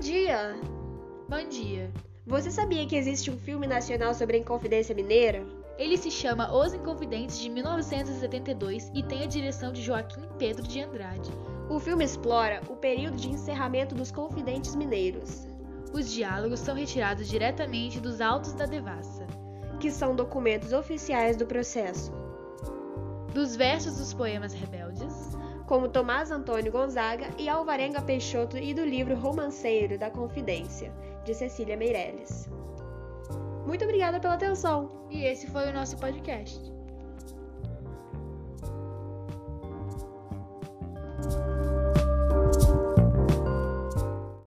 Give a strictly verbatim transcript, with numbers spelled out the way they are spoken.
dia! Bom dia. Você sabia que existe um filme nacional sobre a Inconfidência Mineira? Ele se chama Os Inconfidentes de mil novecentos e setenta e dois e tem a direção de Joaquim Pedro de Andrade. O filme explora o período de encerramento dos Confidentes Mineiros. Os diálogos são retirados diretamente dos autos da devassa, que são documentos oficiais do processo, dos versos dos poemas rebeldes, como Tomás Antônio Gonzaga e Alvarenga Peixoto, e do livro Romanceiro da Confidência, de Cecília Meirelles. Muito obrigada pela atenção! E esse foi o nosso podcast.